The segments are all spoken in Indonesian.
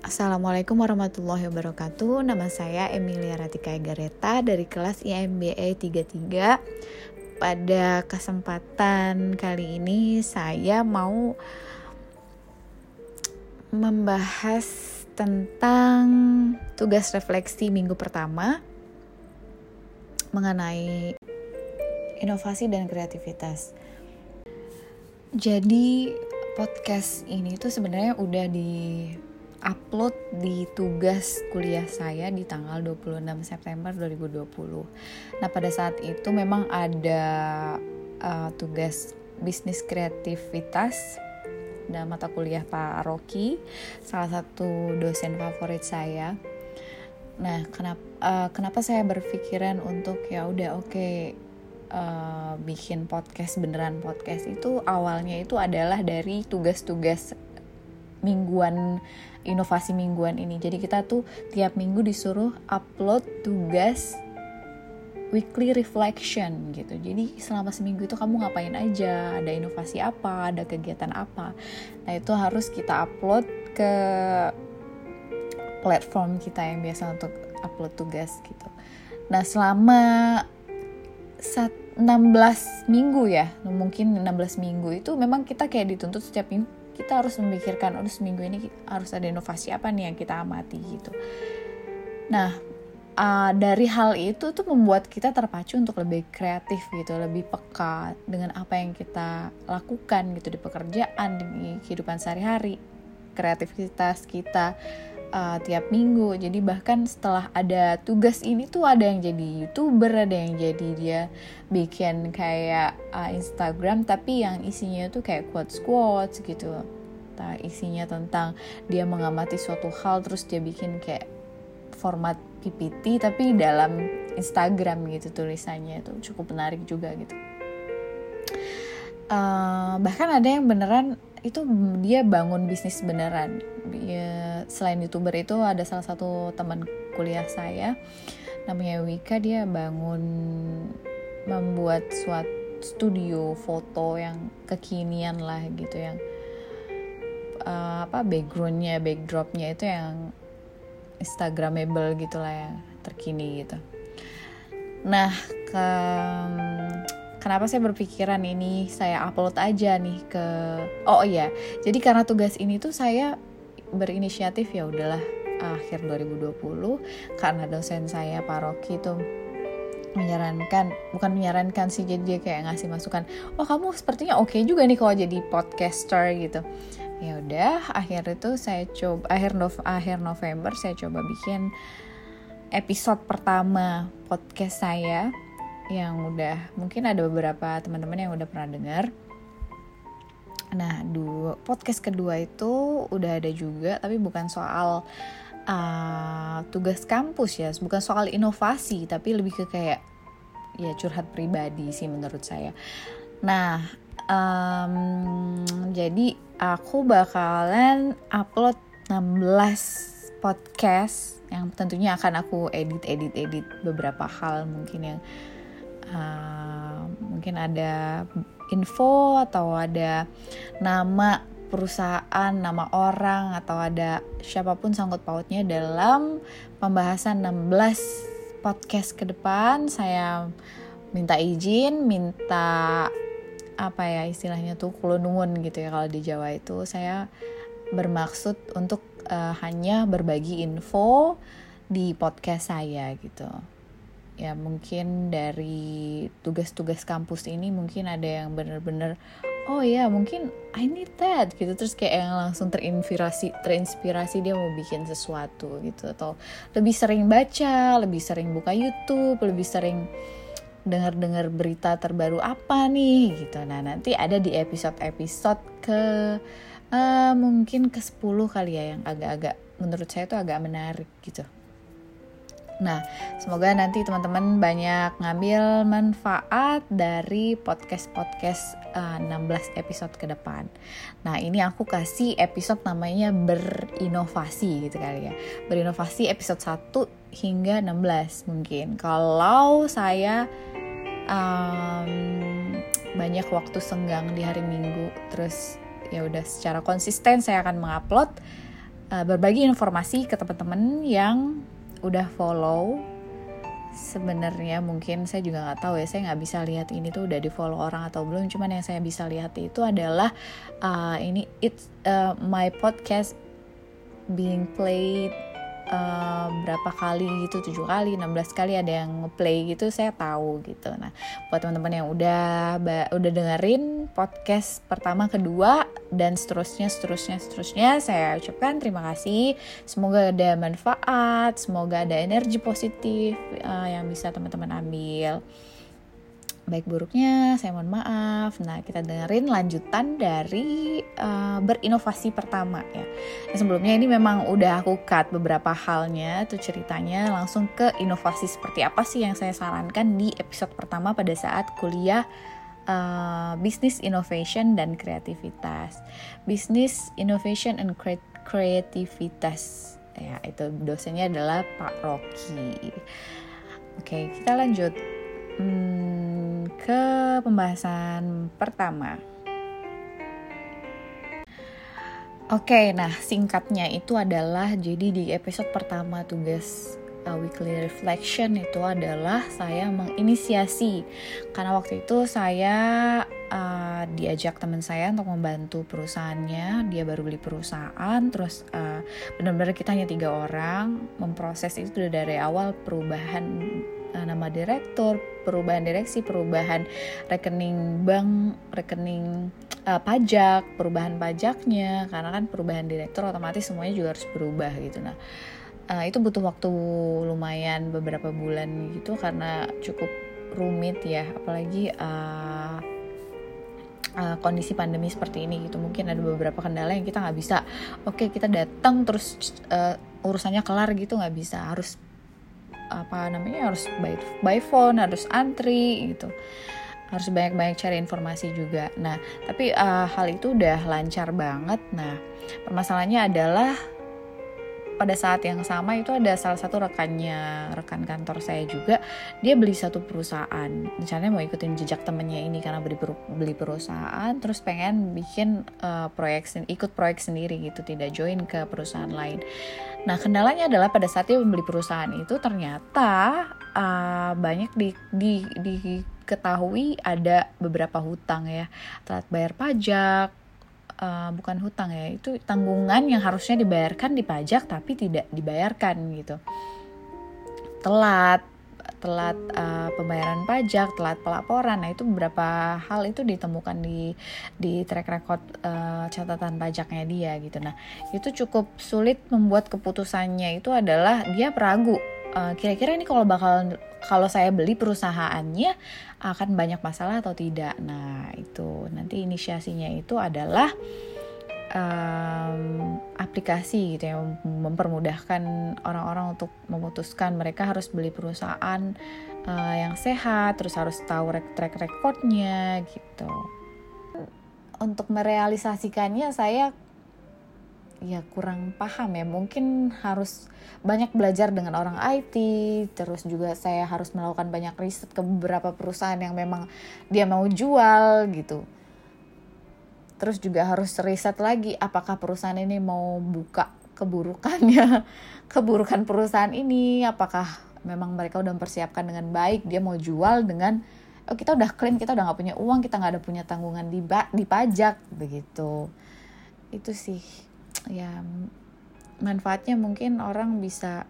Assalamualaikum warahmatullahi wabarakatuh. Nama saya Emilia Ratika Gareta dari kelas IMBA 33. Pada kesempatan kali ini saya mau membahas tentang tugas refleksi minggu pertama mengenai inovasi dan kreativitas. Jadi podcast ini tuh sebenarnya udah di-upload di tugas kuliah saya di tanggal 26 September 2020. Nah, pada saat itu memang ada tugas bisnis kreativitas dalam mata kuliah Pak Rocky, salah satu dosen favorit saya. Nah, kenapa saya berpikiran untuk bikin beneran podcast itu awalnya itu adalah dari tugas-tugas mingguan, inovasi mingguan ini. Jadi kita tuh tiap minggu disuruh upload tugas weekly reflection gitu. Jadi selama seminggu itu kamu ngapain aja, ada inovasi apa, ada kegiatan apa. Nah, itu harus kita upload ke platform kita yang biasa untuk upload tugas gitu. Nah, selama 16 minggu ya, mungkin 16 minggu itu memang kita kayak dituntut setiap minggu kita harus memikirkan, seminggu ini harus ada inovasi apa nih yang kita amati gitu. Nah, dari hal itu tuh membuat kita terpacu untuk lebih kreatif gitu, lebih peka dengan apa yang kita lakukan gitu di pekerjaan, di kehidupan sehari-hari, kreativitas kita tiap minggu. Jadi bahkan setelah ada tugas ini tuh ada yang jadi YouTuber, ada yang jadi dia bikin kayak Instagram tapi yang isinya tuh kayak quotes gitu. Isinya tentang dia mengamati suatu hal terus dia bikin kayak format PPT tapi dalam Instagram gitu, tulisannya itu cukup menarik juga gitu. Bahkan ada yang beneran itu dia bangun bisnis beneran. Selain YouTuber itu ada salah satu teman kuliah saya namanya Wika, dia membuat suatu studio foto yang kekinian lah gitu, yang backdropnya itu yang Instagramable gitulah, yang terkini gitu. Nah, kenapa saya berpikiran ini saya upload aja nih ke jadi karena tugas ini tuh saya berinisiatif, ya udahlah akhir 2020 karena dosen saya Pak Rocky tuh bukan menyarankan sih, jadi dia kayak ngasih masukan, kamu sepertinya oke juga nih kalau jadi podcaster gitu. Ya udah, akhir November saya coba bikin episode pertama podcast saya yang mungkin ada beberapa teman-teman yang udah pernah dengar. Nah, podcast kedua itu udah ada juga, tapi bukan soal tugas kampus ya, bukan soal inovasi, tapi lebih ke kayak ya curhat pribadi sih menurut saya. Nah, jadi aku bakalan upload 16 podcast yang tentunya akan aku edit beberapa hal, mungkin yang mungkin ada info atau ada nama perusahaan, nama orang, atau ada siapapun sangkut pautnya dalam pembahasan 16 podcast ke depan. Saya minta izin, istilahnya tuh kulonungun gitu ya kalau di Jawa itu. Saya bermaksud untuk hanya berbagi info di podcast saya gitu. Ya mungkin dari tugas-tugas kampus ini mungkin ada yang benar-benar mungkin I need that gitu, terus kayak yang langsung terinspirasi dia mau bikin sesuatu gitu, atau lebih sering baca, lebih sering buka YouTube, lebih sering dengar berita terbaru apa nih gitu. Nah, nanti ada di episode mungkin ke 10 kali ya, yang agak-agak menurut saya tuh agak menarik gitu. Nah, semoga nanti teman-teman banyak ngambil manfaat dari podcast 16 episode ke depan. Nah, ini aku kasih episode namanya berinovasi gitu kali ya. Berinovasi episode 1 hingga 16 mungkin. Kalau saya banyak waktu senggang di hari Minggu, terus ya udah secara konsisten saya akan mengupload berbagi informasi ke teman-teman yang udah follow. Sebenarnya mungkin saya juga nggak tahu ya, saya nggak bisa lihat ini tuh udah di follow orang atau belum. Cuman yang saya bisa lihat itu adalah ini my podcast being played berapa kali gitu, 7 kali, 16 kali ada yang ngeplay gitu, saya tahu gitu. Nah, buat teman-teman yang udah dengerin podcast pertama, kedua, dan seterusnya, saya ucapkan terima kasih. Semoga ada manfaat, semoga ada energi positif yang bisa teman-teman ambil. Baik buruknya saya mohon maaf. Nah, kita dengerin lanjutan dari berinovasi pertama ya. Nah, sebelumnya ini memang udah aku cut beberapa halnya tuh ceritanya, langsung ke inovasi seperti apa sih yang saya sarankan di episode pertama pada saat kuliah Business Innovation dan Kreativitas. Business Innovation and Kreativitas. Ya, itu dosennya adalah Pak Rocky. Oke, kita lanjut ke pembahasan pertama. Oke, nah singkatnya itu adalah, jadi di episode pertama tugas weekly reflection itu adalah saya menginisiasi, karena waktu itu saya diajak teman saya untuk membantu perusahaannya. Dia baru beli perusahaan, terus benar-benar kita hanya 3 orang memproses itu dari awal, perubahan nama direktur, perubahan direksi, perubahan rekening bank, rekening pajak, perubahan pajaknya, karena kan perubahan direktur otomatis semuanya juga harus berubah gitu. Nah, itu butuh waktu lumayan beberapa bulan gitu karena cukup rumit ya, apalagi kondisi pandemi seperti ini gitu. Mungkin ada beberapa kendala yang kita nggak bisa, kita datang terus urusannya kelar gitu, nggak bisa, harus harus by phone, harus antri gitu, harus banyak-banyak cari informasi juga. Nah, tapi hal itu udah lancar banget. Nah, permasalahannya adalah pada saat yang sama itu ada salah satu rekan kantor saya juga, dia beli satu perusahaan, rencananya mau ikutin jejak temennya ini karena beli perusahaan, terus pengen bikin ikut proyek sendiri gitu, tidak join ke perusahaan lain. Nah, kendalanya adalah pada saat dia membeli perusahaan itu ternyata banyak diketahui ada beberapa hutang ya, telat bayar pajak. Bukan hutang ya, itu tanggungan yang harusnya dibayarkan di pajak tapi tidak dibayarkan gitu. Telat pembayaran pajak, telat pelaporan. Nah, itu beberapa hal itu ditemukan di track record catatan pajaknya dia gitu. Nah, itu cukup sulit membuat keputusannya. Itu adalah dia ragu, kira-kira ini kalau saya beli perusahaannya akan banyak masalah atau tidak. Nah, itu nanti inisiasinya itu adalah aplikasi gitu yang mempermudahkan orang-orang untuk memutuskan mereka harus beli perusahaan yang sehat, terus harus tahu track recordnya gitu. Untuk merealisasikannya saya kurang paham ya, mungkin harus banyak belajar dengan orang IT, terus juga saya harus melakukan banyak riset ke beberapa perusahaan yang memang dia mau jual gitu. Terus juga harus riset lagi apakah perusahaan ini mau buka keburukan perusahaan ini, apakah memang mereka udah mempersiapkan dengan baik, dia mau jual dengan kita udah clean, kita udah gak punya uang, kita gak ada punya tanggungan di pajak begitu. Itu sih ya, manfaatnya mungkin orang bisa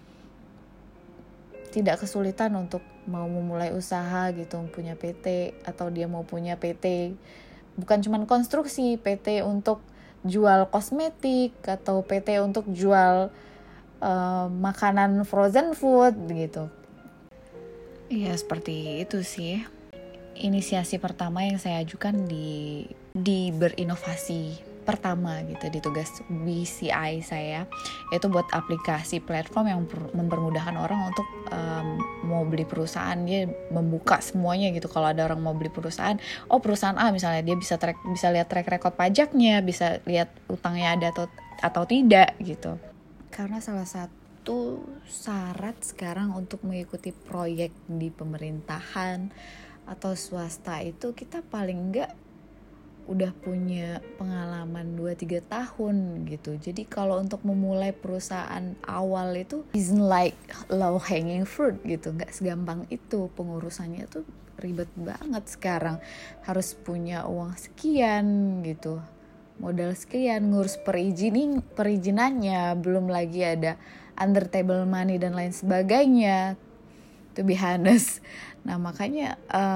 tidak kesulitan untuk mau memulai usaha gitu, punya PT, atau dia mau punya PT bukan cuma konstruksi, PT untuk jual kosmetik atau PT untuk jual makanan frozen food gitu. Iya, seperti itu sih inisiasi pertama yang saya ajukan di berinovasi pertama gitu di tugas BCI saya, yaitu buat aplikasi platform yang mempermudahkan orang untuk mau beli perusahaan, dia membuka semuanya gitu. Kalau ada orang mau beli perusahaan A misalnya, dia bisa lihat track record pajaknya, bisa lihat utangnya ada atau tidak gitu. Karena salah satu syarat sekarang untuk mengikuti proyek di pemerintahan atau swasta itu kita paling enggak udah punya pengalaman 2-3 tahun gitu. Jadi kalau untuk memulai perusahaan awal itu isn't like low hanging fruit gitu. Gak segampang itu, pengurusannya tuh ribet banget sekarang. Harus punya uang sekian gitu, modal sekian, ngurus perizinannya, belum lagi ada under table money dan lain sebagainya, to be honest. Nah makanya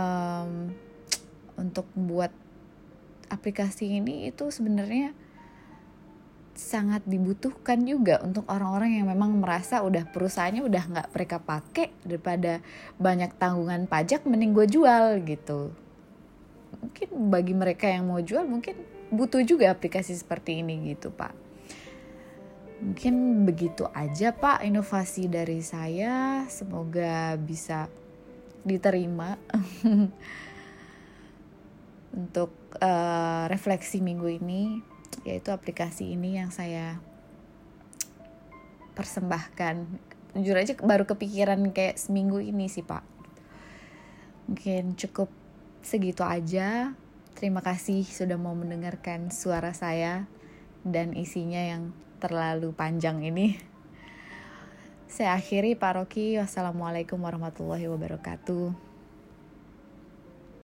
untuk buat aplikasi ini itu sebenarnya sangat dibutuhkan juga untuk orang-orang yang memang merasa udah perusahaannya udah nggak mereka pakai, daripada banyak tanggungan pajak mending gue jual gitu. Mungkin bagi mereka yang mau jual mungkin butuh juga aplikasi seperti ini gitu Pak. Mungkin begitu aja Pak inovasi dari saya, semoga bisa diterima untuk refleksi minggu ini, yaitu aplikasi ini yang saya persembahkan. Jujur aja baru kepikiran kayak seminggu ini sih Pak. Mungkin cukup segitu aja. Terima kasih sudah mau mendengarkan suara saya dan isinya yang terlalu panjang ini. Saya akhiri Pak Rocky. Wassalamualaikum warahmatullahi wabarakatuh.